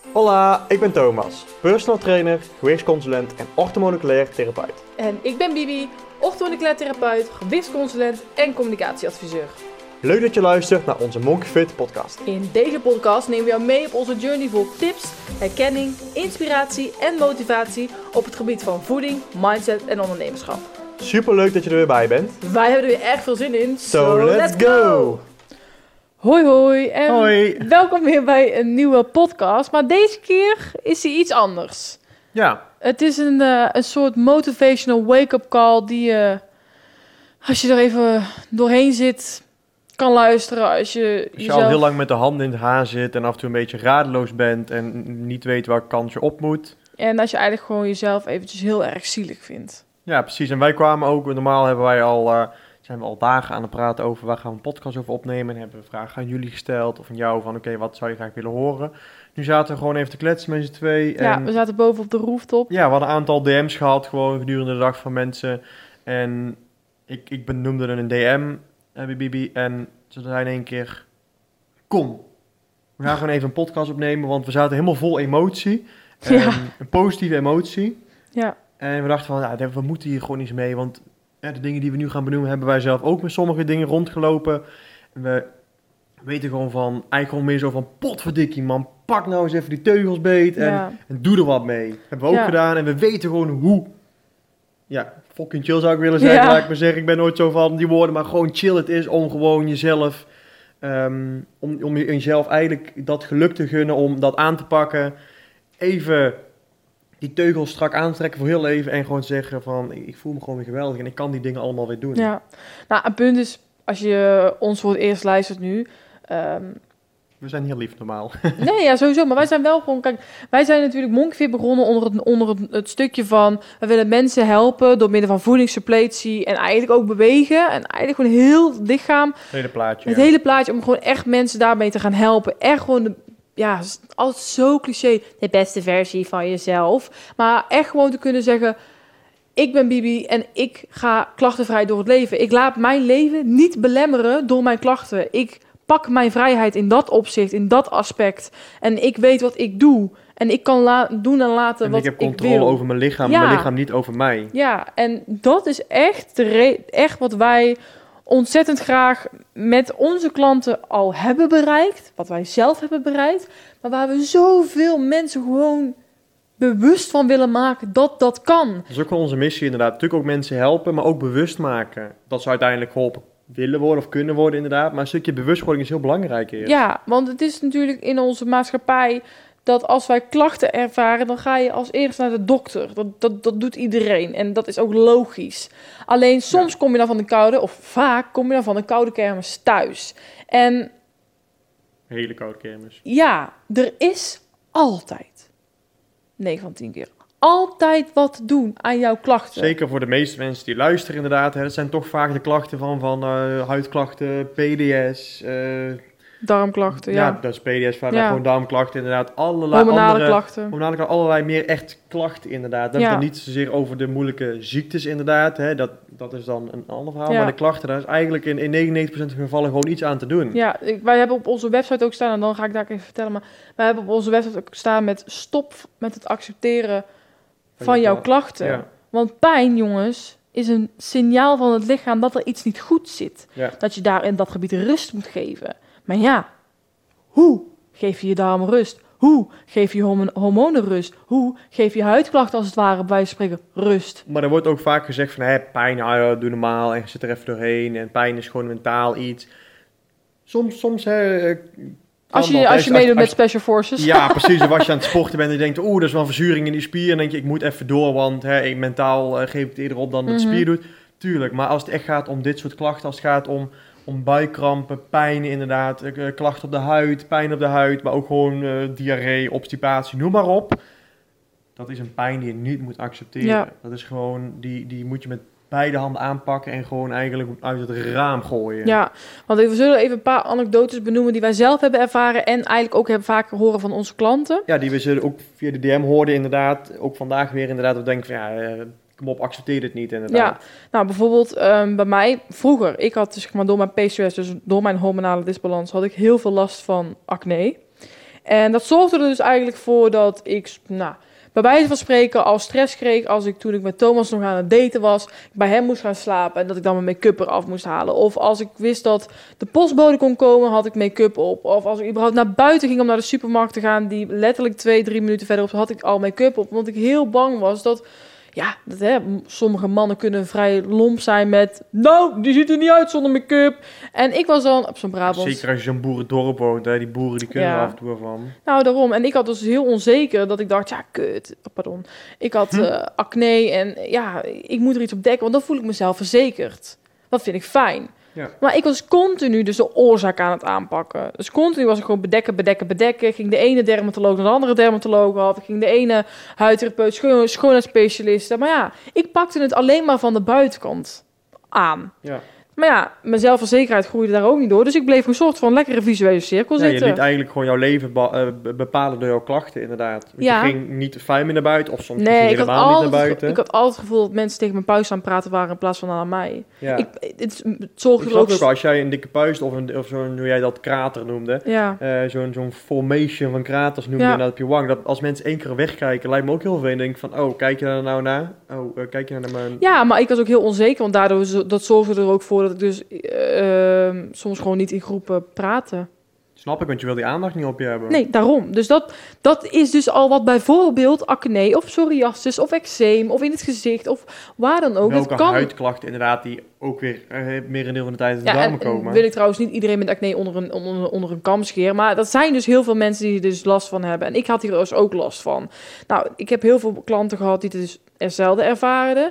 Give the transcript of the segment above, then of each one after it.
Hola, ik ben Thomas, personal trainer, gewichtsconsulent en orthomoleculair therapeut. En ik ben Bibi, orthomoleculair therapeut, gewichtsconsulent en communicatieadviseur. Leuk dat je luistert naar onze Monkey Fit podcast. In deze podcast nemen we jou mee op onze journey vol tips, herkenning, inspiratie en motivatie op het gebied van voeding, mindset en ondernemerschap. Super leuk dat je er weer bij bent. Wij hebben er weer erg veel zin in, So let's go! Hoi hoi en Hoi. welkom weer bij een nieuwe podcast, maar deze keer is hij iets anders. Ja, Het is een soort motivational wake-up call die je, als je er even doorheen zit, kan luisteren. Als je al heel lang met de handen in het haar zit en af en toe een beetje radeloos bent en niet weet welke kant je op moet. En als je eigenlijk gewoon jezelf eventjes heel erg zielig vindt. Ja, precies. En wij kwamen ook, normaal zijn we al dagen aan het praten over waar gaan we een podcast over opnemen. En hebben we vragen aan jullie gesteld of aan jou van oké, wat zou je graag willen horen? Nu zaten we gewoon even te kletsen met z'n twee. Ja, we zaten boven op de rooftop. Ja, we hadden een aantal DM's gehad gewoon gedurende de dag van mensen. En ik benoemde een DM, Bibi, en ze zei in één keer, kom, we gaan gewoon even een podcast opnemen, want we zaten helemaal vol emotie. Ja. Een positieve emotie. Ja. En we dachten van, ja, we moeten hier gewoon iets mee, want de dingen die we nu gaan benoemen, hebben wij zelf ook met sommige dingen rondgelopen. En we weten gewoon van, eigenlijk gewoon meer zo van, potverdikkie man, pak nou eens even die teugels beet en doe er wat mee. Hebben we ook gedaan en we weten gewoon hoe, fucking chill zou ik willen zeggen, laat ik maar zeggen. Ik ben nooit zo van die woorden, maar gewoon chill het is om gewoon jezelf, om jezelf eigenlijk dat geluk te gunnen, om dat aan te pakken. Even die teugels strak aantrekken voor heel even en gewoon zeggen van, ik voel me gewoon weer geweldig en ik kan die dingen allemaal weer doen. Ja, nou een punt is, als je ons voor het eerst luistert nu. We zijn heel lief normaal. Nee, ja, sowieso. Maar wij zijn wel gewoon, kijk, wij zijn natuurlijk Monkey Fit begonnen onder het stukje van, we willen mensen helpen door middel van voedingssuppletie en eigenlijk ook bewegen. En eigenlijk gewoon heel het lichaam. Het hele plaatje. Het hele plaatje om gewoon echt mensen daarmee te gaan helpen. Echt gewoon altijd zo cliché, de beste versie van jezelf. Maar echt gewoon te kunnen zeggen, ik ben Bibi en ik ga klachtenvrij door het leven. Ik laat mijn leven niet belemmeren door mijn klachten. Ik pak mijn vrijheid in dat opzicht, in dat aspect. En ik weet wat ik doe. En ik kan doen en laten en wat ik heb controle over mijn lichaam, mijn lichaam niet over mij. Ja, en dat is echt, echt wat wij ontzettend graag met onze klanten al hebben bereikt. Wat wij zelf hebben bereikt. Maar waar we zoveel mensen gewoon bewust van willen maken dat dat kan. Dat is ook wel onze missie inderdaad. Natuurlijk ook mensen helpen, maar ook bewust maken. Dat ze uiteindelijk geholpen willen worden of kunnen worden inderdaad. Maar een stukje bewustwording is heel belangrijk hier. Ja, want het is natuurlijk in onze maatschappij dat als wij klachten ervaren, dan ga je als eerst naar de dokter. Dat doet iedereen en dat is ook logisch. Alleen soms kom je dan van de koude, of vaak kom je dan van de koude kermis thuis. En hele koude kermis. Ja, er is altijd, 9 van 10 keer, altijd wat te doen aan jouw klachten. Zeker voor de meeste mensen die luisteren inderdaad. Hè, dat zijn toch vaak de klachten van huidklachten, PDS... darmklachten, ja. Dat is PDS, vaak gewoon darmklachten inderdaad. Hormonale klachten. Allerlei meer echt klachten inderdaad. Dat is dan niet zozeer over de moeilijke ziektes inderdaad. Hè. Dat is dan een ander verhaal. Maar de klachten, daar is eigenlijk in 99% van de gevallen gewoon iets aan te doen. Ja, wij hebben op onze website ook staan, en dan ga ik daar even vertellen. Maar wij hebben op onze website ook staan met stop met het accepteren van jouw klachten. Ja. Want pijn, jongens, is een signaal van het lichaam dat er iets niet goed zit. Ja. Dat je daar in dat gebied rust moet geven. Maar ja, hoe geef je je darmen rust? Hoe geef je hormonen rust? Hoe geef je huidklachten als het ware bij wijze van spreken rust? Maar er wordt ook vaak gezegd van pijn, doe normaal en je zit er even doorheen. En pijn is gewoon mentaal iets. Soms als je meedoet met Special Forces. Ja, precies. Of als je aan het sporten bent en je denkt, dat is wel een verzuring in die spier. En dan denk je, ik moet even door, want mentaal geef ik het eerder op dan dat de spier doet. Tuurlijk, maar als het echt gaat om dit soort klachten, als het gaat om buikkrampen, pijn inderdaad, klachten op de huid, pijn op de huid, maar ook gewoon diarree, obstipatie, noem maar op. Dat is een pijn die je niet moet accepteren. Ja. Dat is gewoon, die moet je met beide handen aanpakken en gewoon eigenlijk uit het raam gooien. Ja, want we zullen even een paar anekdotes benoemen die wij zelf hebben ervaren en eigenlijk ook hebben vaak horen van onze klanten. Ja, die we zullen ook via de DM hoorden inderdaad, ook vandaag weer inderdaad, we denken van kom op, accepteer dit niet inderdaad. Ja, nou bijvoorbeeld bij mij vroeger, ik had zeg maar door mijn PCOS, dus door mijn hormonale disbalans, had ik heel veel last van acne. En dat zorgde er dus eigenlijk voor dat ik, bij wijze van spreken al stress kreeg toen ik met Thomas nog aan het daten was, bij hem moest gaan slapen en dat ik dan mijn make-up eraf moest halen. Of als ik wist dat de postbode kon komen, had ik make-up op. Of als ik überhaupt naar buiten ging om naar de supermarkt te gaan, die letterlijk 2-3 minuten verderop, had ik al make-up op. Want ik heel bang was dat... Ja, sommige mannen kunnen vrij lomp zijn met... Nou, die ziet er niet uit zonder make-up. En ik was dan op zo'n Brabants... Zeker als je zo'n boerendorp woont, hè? Die boeren die kunnen er af en toe van. Nou, daarom. En ik had dus heel onzeker dat ik dacht... Ja, kut. Pardon. Ik had acne en ja, ik moet er iets op dekken. Want dan voel ik mezelf verzekerd. Dat vind ik fijn. Ja. Maar ik was continu dus de oorzaak aan het aanpakken. Dus continu was ik gewoon bedekken. Ging de ene dermatoloog naar de andere dermatoloog af. Ik ging de ene huidtherapeut, schoonheidsspecialist. Maar ja, ik pakte het alleen maar van de buitenkant aan. Ja. Maar ja, mijn zelfverzekerheid groeide daar ook niet door. Dus ik bleef een soort van lekkere visuele cirkel zitten. Je liet eigenlijk gewoon jouw leven bepalen door jouw klachten, inderdaad. Want je ging niet fijn meer naar buiten, of soms ging je helemaal niet naar buiten. Ik had altijd het gevoel dat mensen tegen mijn puist aan het praten waren in plaats van aan mij. Ja. Het zorgde er ook als jij een dikke puist of zo'n, hoe jij dat krater noemde, zo'n formation van kraters noemde je op je wang. Dat als mensen 1 keer wegkijken, lijkt me ook heel veel. En denk van, oh, kijk je daar nou naar? Oh, kijk je naar mijn... Ja, maar ik was ook heel onzeker, want daardoor dat zorgde er ook voor dat ik dus soms gewoon niet in groepen praatte. Snap ik, want je wil die aandacht niet op je hebben. Nee, daarom. Dus dat is dus al wat bijvoorbeeld acne of psoriasis of eczeem of in het gezicht of waar dan ook. Welke huidklachten inderdaad die ook weer meer een deel van de tijd in de darmen komen. Wil ik trouwens niet iedereen met acne onder een kam scheren, maar dat zijn dus heel veel mensen die er dus last van hebben. En ik had hier dus ook last van. Nou, ik heb heel veel klanten gehad die het dus hetzelfde ervaren.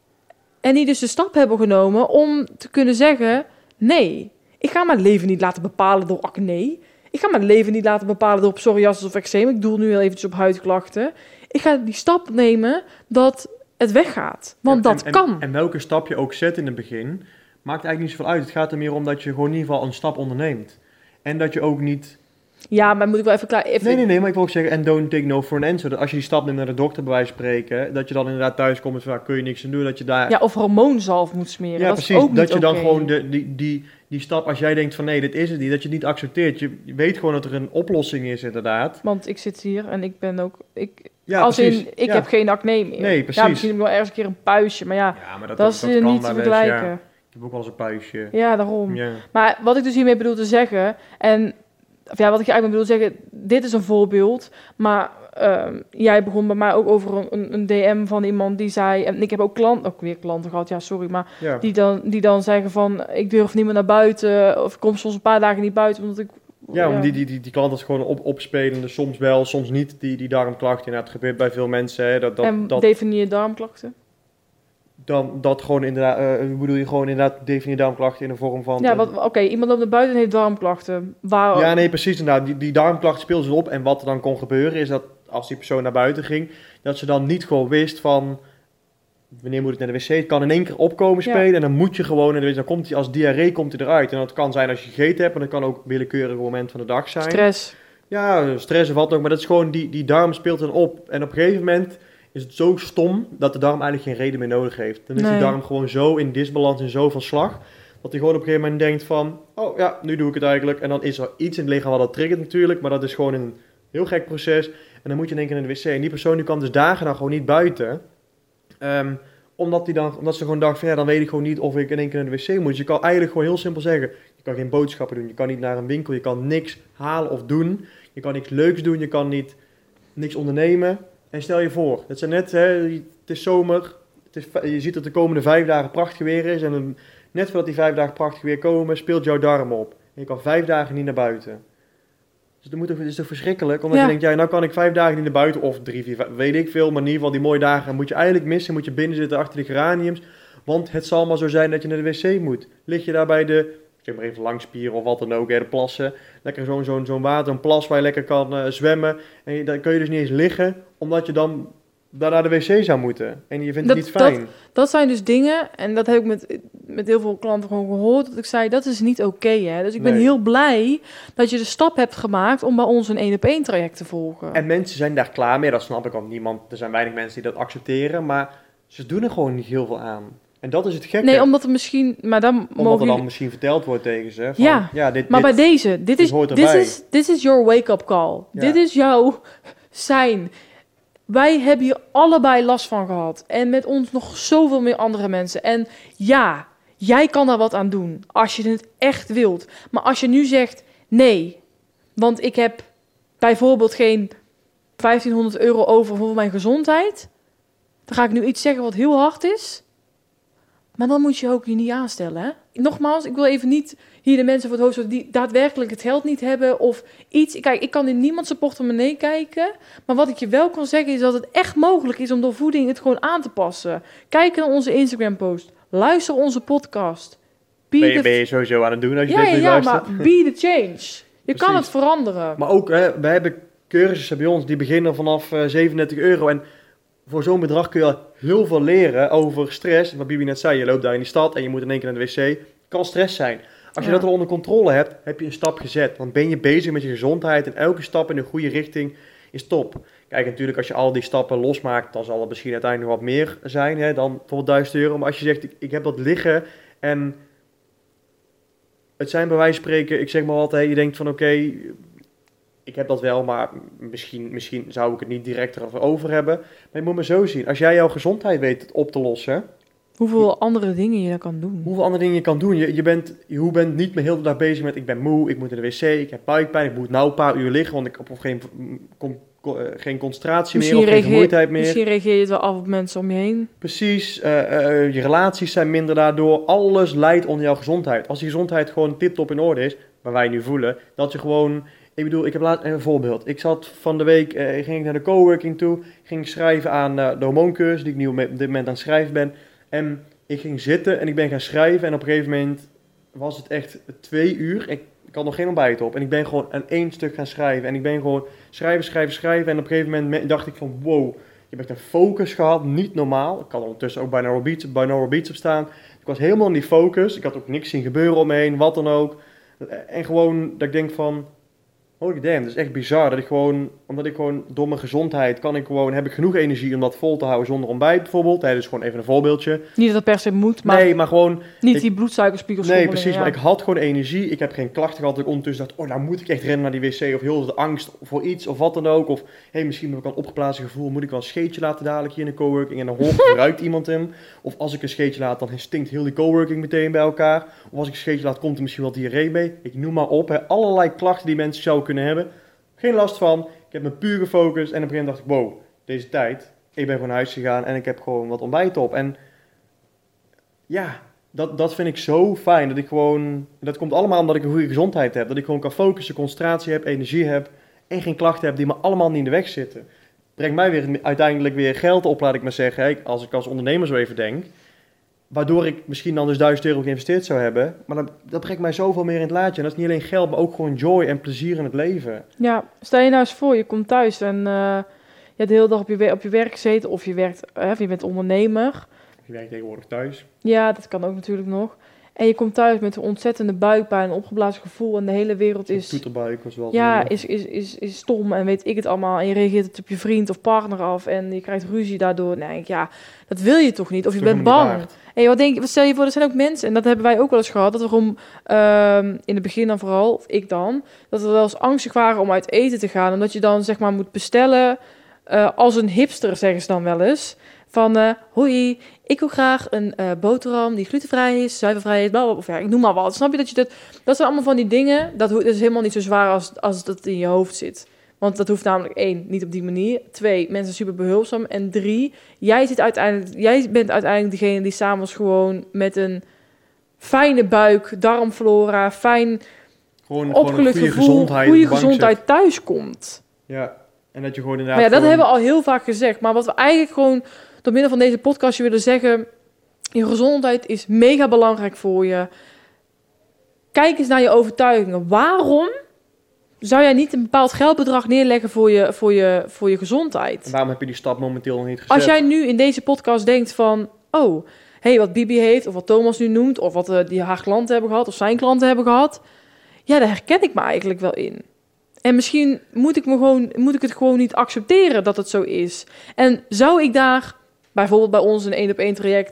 En die dus de stap hebben genomen om te kunnen zeggen... Nee, ik ga mijn leven niet laten bepalen door acne. Ik ga mijn leven niet laten bepalen door psoriasis of eczeem. Ik doe nu heel eventjes op huidklachten. Ik ga die stap nemen dat het weggaat. Want dat kan. En welke stap je ook zet in het begin, maakt eigenlijk niet zoveel uit. Het gaat er meer om dat je gewoon in ieder geval een stap onderneemt. En dat je ook niet... Ja, maar moet ik wel even klaar... Nee, maar ik wil ook zeggen, en don't take no for an answer. Dat als je die stap neemt naar de dokter, bij wijze van spreken, dat je dan inderdaad thuis komt en van, kun je niks aan doen, dat je daar... Ja, of hormoonzalf moet smeren. Ja, dat precies. Is ook dat je dan gewoon die stap, als jij denkt van, nee, dit is het niet, dat je het niet accepteert. Je weet gewoon dat er een oplossing is, inderdaad. Want ik zit hier en ik ben ook... Ik heb geen acne meer. Nee, precies. Ja, misschien wel ergens een keer een puisje, maar dat is niet te vergelijken. Ja. Ik heb ook wel eens een puistje. Ja, daarom. Ja. Maar wat ik dus hiermee bedoel te zeggen... wat ik eigenlijk bedoel te zeggen... Dit is een voorbeeld. Maar jij begon bij mij ook over een DM van iemand die zei... En ik heb ook klanten gehad, ja, sorry. Maar die dan zeggen van... Ik durf niet meer naar buiten. Of ik kom soms een paar dagen niet buiten. Omdat ik... Ja, om die klanten gewoon opspelen. Dus soms wel, soms niet. Die darmklachten. Het gebeurt bij veel mensen. Hè, definieer darmklachten? Dan dat gewoon inderdaad, bedoel je gewoon inderdaad definieer darmklachten in de vorm van... Ja, iemand loopt naar buiten en heeft darmklachten. Ja, nee, precies inderdaad. Die darmklachten speelden ze op en wat er dan kon gebeuren is dat als die persoon naar buiten ging, dat ze dan niet gewoon wist van, wanneer moet ik naar de wc? Het kan in 1 keer opkomen spelen en dan moet je gewoon naar de wc. Dan komt hij als diarree komt hij eruit. En dat kan zijn als je gegeten hebt, maar dat kan ook willekeurig moment van de dag zijn. Stress. Ja, stress of wat ook, maar dat is gewoon, die darm speelt dan op. En op een gegeven moment is het zo stom dat de darm eigenlijk geen reden meer nodig heeft. Dan is die darm gewoon zo in disbalans en zo van slag, dat hij gewoon op een gegeven moment denkt van, oh ja, nu doe ik het eigenlijk. En dan is er iets in het lichaam wat dat triggert natuurlijk, maar dat is gewoon een heel gek proces. En dan moet je in één keer naar de wc. En die persoon die kan dus dagen dan gewoon niet buiten. Omdat ze gewoon dacht van, ja, dan weet ik gewoon niet of ik in één keer naar de wc moet. Dus je kan eigenlijk gewoon heel simpel zeggen, je kan geen boodschappen doen, je kan niet naar een winkel, je kan niks halen of doen. Je kan niks leuks doen, je kan niks ondernemen. En stel je voor, het zijn net, het is zomer, je ziet dat de komende 5 dagen prachtig weer is. En net voordat die 5 dagen prachtig weer komen, speelt jouw darm op. En je kan 5 dagen niet naar buiten. Dus dat is toch verschrikkelijk? Omdat je denkt, ja, nou kan ik 5 dagen niet naar buiten, of 3, 4, 5, weet ik veel. Maar in ieder geval die mooie dagen moet je eigenlijk missen, moet je binnen zitten achter de geraniums. Want het zal maar zo zijn dat je naar de wc moet. Lig je daar bij de, zeg maar even langspieren of wat dan ook, de plassen. Lekker zo'n water, een plas waar je lekker kan zwemmen. En dan kun je dus niet eens liggen, omdat je dan daar naar de wc zou moeten. En je vindt het niet fijn. Dat zijn dus dingen, en dat heb ik met heel veel klanten gewoon gehoord, dat ik zei, dat is niet oké, hè. Dus ik ben heel blij dat je de stap hebt gemaakt om bij ons een 1-op-1 traject te volgen. En mensen zijn daar klaar mee, dat snap ik ook niemand. Er zijn weinig mensen die dat accepteren, maar ze doen er gewoon niet heel veel aan. En dat is het gekke. Nee, omdat er misschien... Maar dan omdat er dan misschien verteld wordt tegen ze. Van, maar bij deze... Dit is your wake-up call. Ja. Dit is jouw zijn. Wij hebben hier allebei last van gehad. En met ons nog zoveel meer andere mensen. En ja, jij kan daar wat aan doen. Als je het echt wilt. Maar als je nu zegt... Nee, want ik heb bijvoorbeeld geen 1500 euro over voor mijn gezondheid. Dan ga ik nu iets zeggen wat heel hard is. Maar dan moet je ook je niet aanstellen, hè? Nogmaals, ik wil even niet hier de mensen voor het hoofd zetten die daadwerkelijk het geld niet hebben of iets. Kijk, ik kan in niemand zijn portemonnee kijken. Maar wat ik je wel kan zeggen is dat het echt mogelijk is om door voeding het gewoon aan te passen. Kijk naar onze Instagram-post. Luister onze podcast. Ben je sowieso aan het doen als je dit luistert? Ja, maar be the change. Je kan het veranderen. Maar ook, we hebben cursussen bij ons die beginnen vanaf 37 euro. En voor zo'n bedrag kun je heel veel leren over stress. Wat Bibi net zei, je loopt daar in die stad en je moet in één keer naar de wc. Kan stress zijn. Als je dat al onder controle hebt, heb je een stap gezet. Dan ben je bezig met je gezondheid en elke stap in de goede richting is top. Kijk, natuurlijk als je al die stappen losmaakt, dan zal het misschien uiteindelijk wat meer zijn hè, dan bijvoorbeeld 1000 euro. Maar als je zegt, ik heb dat liggen en het zijn bij wijze van spreken, ik zeg maar altijd, je denkt van oké, ik heb dat wel, maar misschien zou ik het niet direct erover hebben. Maar je moet me zo zien, als jij jouw gezondheid weet op te lossen. Hoeveel andere dingen je dan kan doen. Hoeveel andere dingen je kan doen. Je bent niet meer heel de dag bezig met ik ben moe, ik moet naar de wc, ik heb buikpijn, ik moet nou een paar uur liggen, want ik heb geen concentratie meer of geen vermoeidheid meer. Misschien reageer je het wel af op mensen om je heen. Precies, je relaties zijn minder daardoor. Alles leidt onder jouw gezondheid. Als je gezondheid gewoon tiptop in orde is, waar wij nu voelen, dat je gewoon... Ik bedoel, ik heb laatst een voorbeeld. Ik zat van de week, ging ik naar de coworking toe, ging schrijven aan de hormooncursus, die ik nu op dit moment aan het schrijven ben. En ik ging zitten en ik ben gaan schrijven en op een gegeven moment was het echt 2 uur. Ik had nog geen ontbijt op en ik ben gewoon aan 1 stuk gaan schrijven. En ik ben gewoon schrijven en op een gegeven moment dacht ik van wow, je hebt een focus gehad, niet normaal. Ik had ondertussen ook bij Binaural Beats op staan. Ik was helemaal in die focus, ik had ook niks zien gebeuren om me heen, wat dan ook. En gewoon dat ik denk van... Holy damn, dat is echt bizar dat omdat ik gewoon door mijn gezondheid heb ik genoeg energie om dat vol te houden zonder ontbijt bijvoorbeeld. Dus gewoon even een voorbeeldje. Niet dat het per se moet, maar, nee, maar gewoon... Niet die bloedsuikerspiegels. Nee, precies, maar ik had gewoon energie. Ik heb geen klachten gehad dat ik ondertussen dacht, nou moet ik echt rennen naar die wc of heel de angst voor iets of wat dan ook. Of misschien heb ik al een opgeblazen gevoel, moet ik wel een scheetje laten dadelijk hier in de coworking en dan ruikt iemand hem. Of als ik een scheetje laat, dan stinkt heel die coworking meteen bij elkaar. Of als ik een scheetje laat, komt er misschien wel diarree mee. Ik noem maar op, allerlei klachten die mensen zouden kunnen hebben. Geen last van. Ik heb me puur gefocust. En op een gegeven moment dacht ik, wow, deze tijd. Ik ben gewoon naar huis gegaan en ik heb gewoon wat ontbijt op. En ja, dat vind ik zo fijn. Dat ik gewoon, dat komt allemaal omdat ik een goede gezondheid heb. Dat ik gewoon kan focussen, concentratie heb, energie heb. En geen klachten heb die me allemaal niet in de weg zitten. Brengt mij uiteindelijk weer geld op, laat ik maar zeggen. Als ik als ondernemer zo even denk. Waardoor ik misschien dan dus 1000 euro geïnvesteerd zou hebben. Maar dat brengt mij zoveel meer in het laadje. En dat is niet alleen geld, maar ook gewoon joy en plezier in het leven. Ja, stel je nou eens voor, je komt thuis en je hebt de hele dag op je werk gezeten. Of je bent ondernemer. Je werkt tegenwoordig thuis. Ja, dat kan ook natuurlijk nog. En je komt thuis met een ontzettende buikpijn, een opgeblazen gevoel. En de hele wereld is... Toeterbuik was wel... Ja, is stom en weet ik het allemaal. En je reageert het op je vriend of partner af. En je krijgt ruzie daardoor. Nee, dat wil je toch niet? Of je bent bang. En wat stel je voor, er zijn ook mensen, en dat hebben wij ook wel eens gehad, dat we gewoon in het begin dan vooral, of ik dan, dat we wel eens angstig waren om uit eten te gaan. Omdat je dan zeg maar moet bestellen als een hipster, zeggen ze dan wel eens. Van, hoi, ik wil graag een boterham die glutenvrij is, zuivervrij is, blablabla. Of ja, ik noem maar wat. Snap je dat je dat zijn allemaal van die dingen, dat is helemaal niet zo zwaar als dat in je hoofd zit. Want dat hoeft namelijk 1, niet op die manier. 2, mensen zijn super behulpzaam. En 3, jij bent uiteindelijk degene die 's avonds gewoon met een fijne buik, darmflora, fijn opgelucht gevoel, goede gezondheid thuis komt. Ja, en dat je gewoon inderdaad... Maar ja, dat hebben we al heel vaak gezegd. Maar wat we eigenlijk gewoon door middel van deze podcast willen zeggen, je gezondheid is mega belangrijk voor je. Kijk eens naar je overtuigingen. Waarom zou jij niet een bepaald geldbedrag neerleggen voor je gezondheid? En waarom heb je die stap momenteel nog niet gezet? Als jij nu in deze podcast denkt van, oh, wat Bibi heeft, of wat Thomas nu noemt, of wat die haar klanten hebben gehad, of zijn klanten hebben gehad, ja, daar herken ik me eigenlijk wel in. En misschien moet ik het gewoon niet accepteren dat het zo is. En zou ik daar, bijvoorbeeld bij ons een 1-op-1 traject,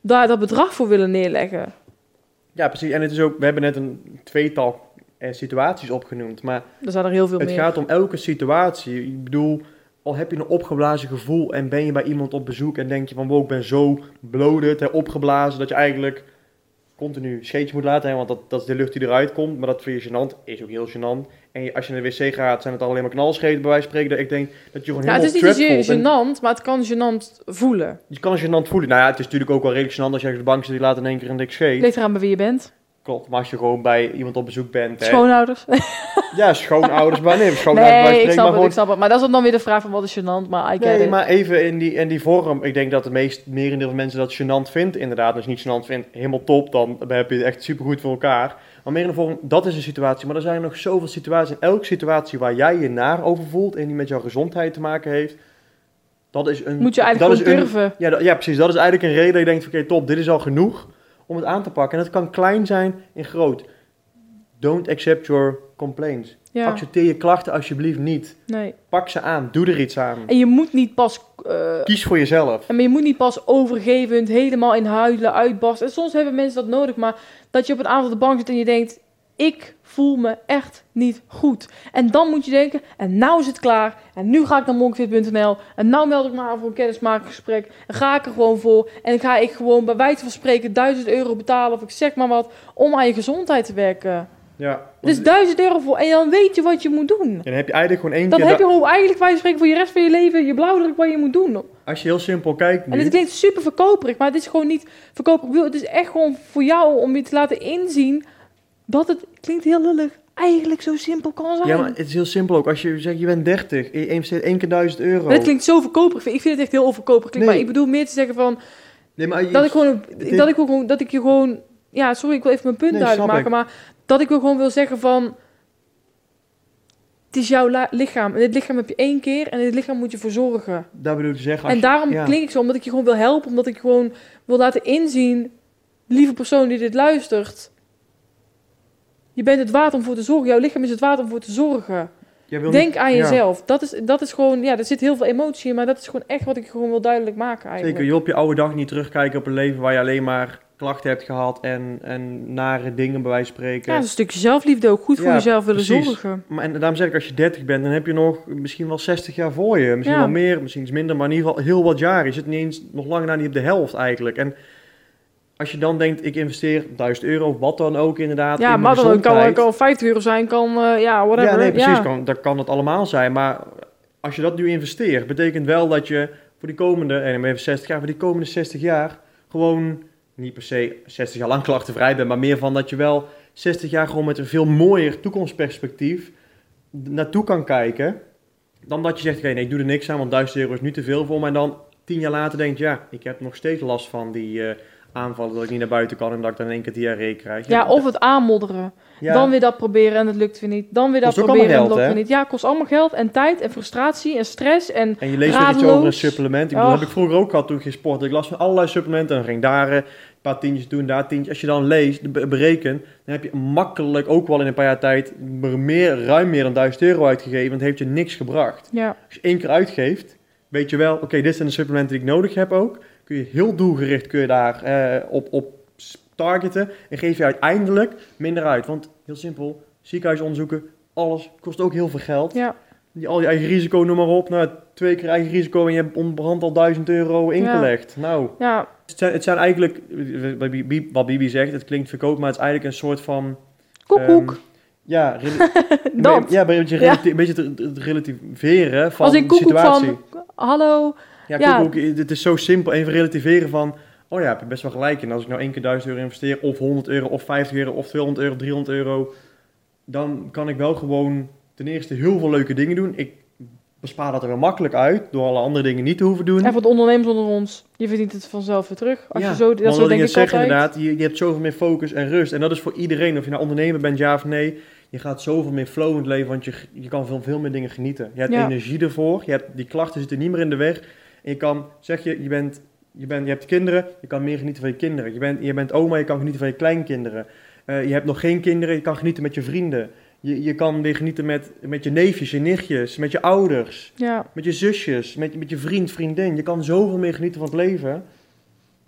daar dat bedrag voor willen neerleggen. Ja, precies. En het is ook, we hebben net een tweetal situaties opgenoemd, maar Er zijn er heel veel het meer. gaat om elke situatie. Ik bedoel, al heb je een opgeblazen gevoel en ben je bij iemand op bezoek en denk je van, wow, ik ben zo bloated, opgeblazen, dat je eigenlijk continu scheetje moet laten, hè, want dat is de lucht die eruit komt, maar dat vind je gênant, is ook heel gênant. En als je naar de wc gaat, zijn het alleen maar knalscheten bij wijze van spreken. Dat ik denk dat je gewoon Ja, het helemaal is niet trapped zozeer voelt. gênant, maar het kan gênant voelen. Je kan je gênant voelen. Nou ja, het is natuurlijk ook wel redelijk gênant als je op de bank zit, die laat in één keer een dik scheet. Ligt eraan bij wie je bent. Klopt, maar als je gewoon bij iemand op bezoek bent. Hè, Schoonouders. ja, schoonouders, maar nee, schoonouders bij Nee, ik spreken, maar snap het, gewoon. ik snap het. Maar dat is dan weer de vraag van wat is gênant, maar I get Nee, it. maar even in die vorm. Ik denk dat het merendeel van mensen dat gênant vindt. Inderdaad, als je het niet gênant vindt, helemaal top. Dan heb je het echt supergoed voor elkaar. Maar meer in de vorm, dat is een situatie. Maar er zijn nog zoveel situaties. En elke situatie waar jij je naar over voelt en die met jouw gezondheid te maken heeft, dat is een... Moet je eigenlijk gewoon durven. Ja, precies. Dat is eigenlijk een reden dat je denkt, oké, top, dit is al genoeg om het aan te pakken. En het kan klein zijn en groot. Don't accept your complaints. Ja, Accepteer je klachten alsjeblieft niet. nee. Pak ze aan. Doe er iets aan. En je moet niet pas... Kies voor jezelf. maar je moet niet pas overgevend helemaal in huilen, uitbarsten. En soms hebben mensen dat nodig, maar dat je op een avond op de bank zit en je denkt, ik voel me echt niet goed. En dan moet je denken, en nou is het klaar. En nu ga ik naar monkfit.nl. En nou meld ik me aan voor een kennismakingsgesprek. En ga ik er gewoon voor. En ga ik gewoon bij wijze van spreken €1000 betalen, of ik zeg maar wat, om aan je gezondheid te werken. Ja. Dus €1000 voor, en dan weet je wat je moet doen. En dan heb je eigenlijk gewoon één Dan keer... heb je gewoon eigenlijk bij wijze van spreken voor je rest van je leven je blauwdruk wat je moet doen. Als je heel simpel kijkt nu... En het klinkt super verkoperig, maar het is gewoon niet verkoperig. Het is echt gewoon voor jou om je te laten inzien dat het, klinkt heel lullig, eigenlijk zo simpel kan zijn. Ja, maar het is heel simpel ook. Als je zegt, je bent 30 en je investeert 1 keer €1000. Maar het klinkt zo verkoperig. Ik vind het echt heel overkoperig klinken. Nee. Maar ik bedoel meer te zeggen van, Nee, maar dat ik je gewoon... Ja, sorry, ik wil even mijn punt Nee, duidelijk snap maken. Maar dat ik gewoon wil zeggen van, het is jouw lichaam. En dit lichaam heb je 1 keer en dit lichaam moet je voor zorgen. Daar bedoel ik te zeggen... En daarom klink ik zo, omdat ik je gewoon wil helpen. Omdat ik je gewoon wil laten inzien, lieve persoon die dit luistert, je bent het waard om voor te zorgen. Jouw lichaam is het waard om voor te zorgen. Denk aan jezelf. Dat is gewoon, ja, er zit heel veel emotie in, maar dat is gewoon echt wat ik gewoon wil duidelijk maken eigenlijk. Zeker, je op je oude dag niet terugkijken op een leven waar je alleen maar klachten hebt gehad en nare dingen bij wijze van spreken. Ja, dat is een stukje zelfliefde ook. Goed voor Ja, jezelf willen precies. zorgen. Maar en daarom zeg ik, als je 30 bent, dan heb je nog misschien wel 60 jaar voor je. Misschien Ja. wel meer, misschien iets minder, maar in ieder geval heel wat jaar. Je zit niet eens, nog lang na niet op de helft eigenlijk. En als je dan denkt, ik investeer €1000 of wat dan ook inderdaad Ja, in maar mijn dan kan gezondheid. €50 zijn, kan, whatever. Ja, nee, precies. Ja. Dat kan het allemaal zijn. Maar als je dat nu investeert, betekent wel dat je voor die komende, en dan even 60 jaar, voor die komende 60 jaar gewoon niet per se 60 jaar lang klachtenvrij bent, maar meer van dat je wel 60 jaar gewoon met een veel mooier toekomstperspectief naartoe kan kijken, dan dat je zegt, oké, nee, ik doe er niks aan, want €1000 is nu te veel voor me. En dan 10 jaar later denk je, ja, ik heb nog steeds last van die aanvallen dat ik niet naar buiten kan en dat ik dan in één keer diarree krijg. Ja, of het aanmodderen. Ja. Dan weer dat proberen en het lukt weer niet. Dan weer dat Kost ook proberen en het allemaal lukt geld, weer niet. Ja, kost allemaal geld en tijd en frustratie en stress en En je leest weer iets radeloos. over een supplement. Ik bedoel, Och. heb ik vroeger ook gehad toen ik ging sporten. Ik las van allerlei supplementen en dan ging daar een paar tientjes doen, daar tientjes. Als je dan leest, berekent, dan heb je makkelijk ook wel in een paar jaar tijd ruim meer dan €1000 uitgegeven. Want het heeft je niks gebracht. Ja, Als je 1 keer uitgeeft, weet je wel, oké, dit zijn de supplementen die ik nodig heb ook. Kun je heel doelgericht kun je daar op targeten en geef je uiteindelijk minder uit. Want heel simpel, ziekenhuisonderzoeken, alles kost ook heel veel geld. ja. Al je eigen risico, noem maar op. Nou, 2 keer eigen risico en je hebt onderhand al €1000 ingelegd. Nou, Ja, het zijn eigenlijk, wat Bibi zegt, het klinkt verkoop, maar het is eigenlijk een soort van... koekoek. Ja, Dat. ja, een beetje te relativeren van Als in de koekoek situatie. van, hallo. Ja, Ja. koekoek, het is zo simpel. Even relativeren van, oh ja, heb je best wel gelijk. En als ik nou 1 keer €1000 investeer, of €100, of €50, of €200, €300, dan kan ik wel gewoon ten eerste heel veel leuke dingen doen. Ik bespaar dat er wel makkelijk uit, door alle andere dingen niet te hoeven doen. En voor de ondernemers onder ons, je verdient het vanzelf weer terug. Als je zo, dat want zo wat denk net ik zeg, altijd. inderdaad, je hebt zoveel meer focus en rust. En dat is voor iedereen, of je nou ondernemer bent, ja of nee. Je gaat zoveel meer flow in het leven, want je kan veel meer dingen genieten. Je hebt Ja. energie ervoor, die klachten zitten niet meer in de weg. En je kan, zeg je hebt kinderen, je kan meer genieten van je kinderen. Je bent oma, je kan genieten van je kleinkinderen. Je hebt nog geen kinderen, je kan genieten met je vrienden. Je kan weer genieten met je neefjes, je nichtjes, met je ouders, Ja. met je zusjes, met je vriend, vriendin. Je kan zoveel meer genieten van het leven.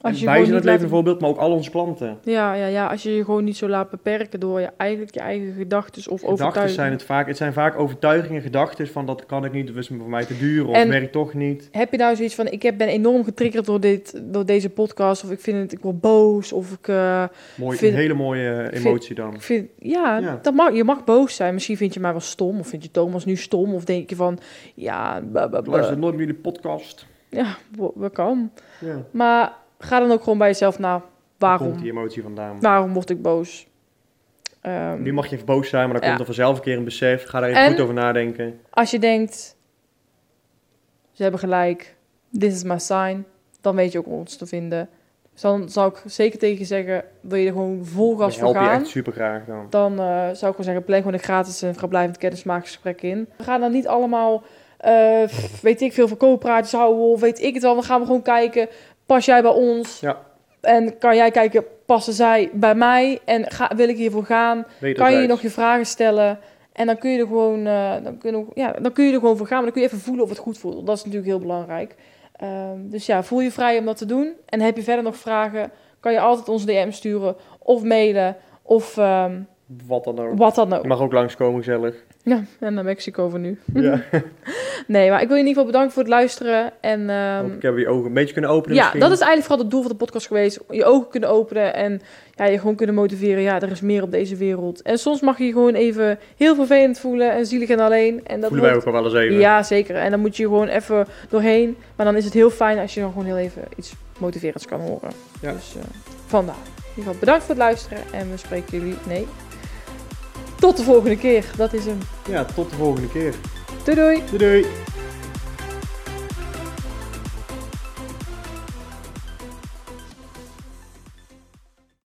Wij zijn het leven bijvoorbeeld, maar ook al onze klanten. Ja, als je je gewoon niet zo laat beperken door je eigen gedachten of overtuigingen. Het zijn vaak overtuigingen, gedachten van dat kan ik niet, of is voor mij te duur, of werkt toch niet. Heb je nou zoiets van, ik ben enorm getriggerd door deze podcast, of ik word boos, of ik... Een hele mooie emotie dan. Je mag boos zijn. Misschien vind je mij wel stom, of vind je Thomas nu stom, of denk je van, ja... Ik luister nooit meer jullie podcast. Ja, dat kan. Ja. Maar ga dan ook gewoon bij jezelf na. Waarom komt die emotie vandaan? Waarom word ik boos? Nu mag je even boos zijn, maar dan komt er vanzelf een keer een besef. Ga daar even goed over nadenken. Als je denkt, ze hebben gelijk, this is my sign, dan weet je ook ons te vinden. Dus dan zou ik zeker tegen je zeggen, wil je er gewoon vol gas voor gaan? help je echt super graag dan. Dan zou ik gewoon zeggen, plan gewoon een gratis en vrijblijvend kennismakingsgesprek in. We gaan dan niet allemaal... weet ik veel, van kooppraatjes houden of weet ik het wel. Dan gaan we gewoon kijken, pas jij bij ons? Ja. En kan jij kijken, passen zij bij mij? En wil ik hiervoor gaan? Kan je nog je vragen stellen? En dan kun je er gewoon, dan kun je er gewoon voor gaan. Maar dan kun je even voelen of het goed voelt. Dat is natuurlijk heel belangrijk. Dus ja, voel je vrij om dat te doen. En heb je verder nog vragen, kan je altijd onze DM sturen of mailen of... Wat dan ook. Je mag ook langskomen gezellig. Ja, en naar Mexico voor nu. Ja. Nee, maar ik wil je in ieder geval bedanken voor het luisteren. En, ik heb je ogen een beetje kunnen openen. Ja, misschien. Dat is eigenlijk vooral het doel van de podcast geweest. Je ogen kunnen openen en je gewoon kunnen motiveren. Ja, er is meer op deze wereld. En soms mag je je gewoon even heel vervelend voelen en zielig en alleen. En dat voelen wij ook al wel eens even. Ja, zeker. En dan moet je gewoon even doorheen. Maar dan is het heel fijn als je dan gewoon heel even iets motiverends kan horen. Ja. Dus vandaar. In ieder geval bedankt voor het luisteren. En we spreken jullie... tot de volgende keer. Dat is hem. Ja, tot de volgende keer. Doei doei. Doei doei.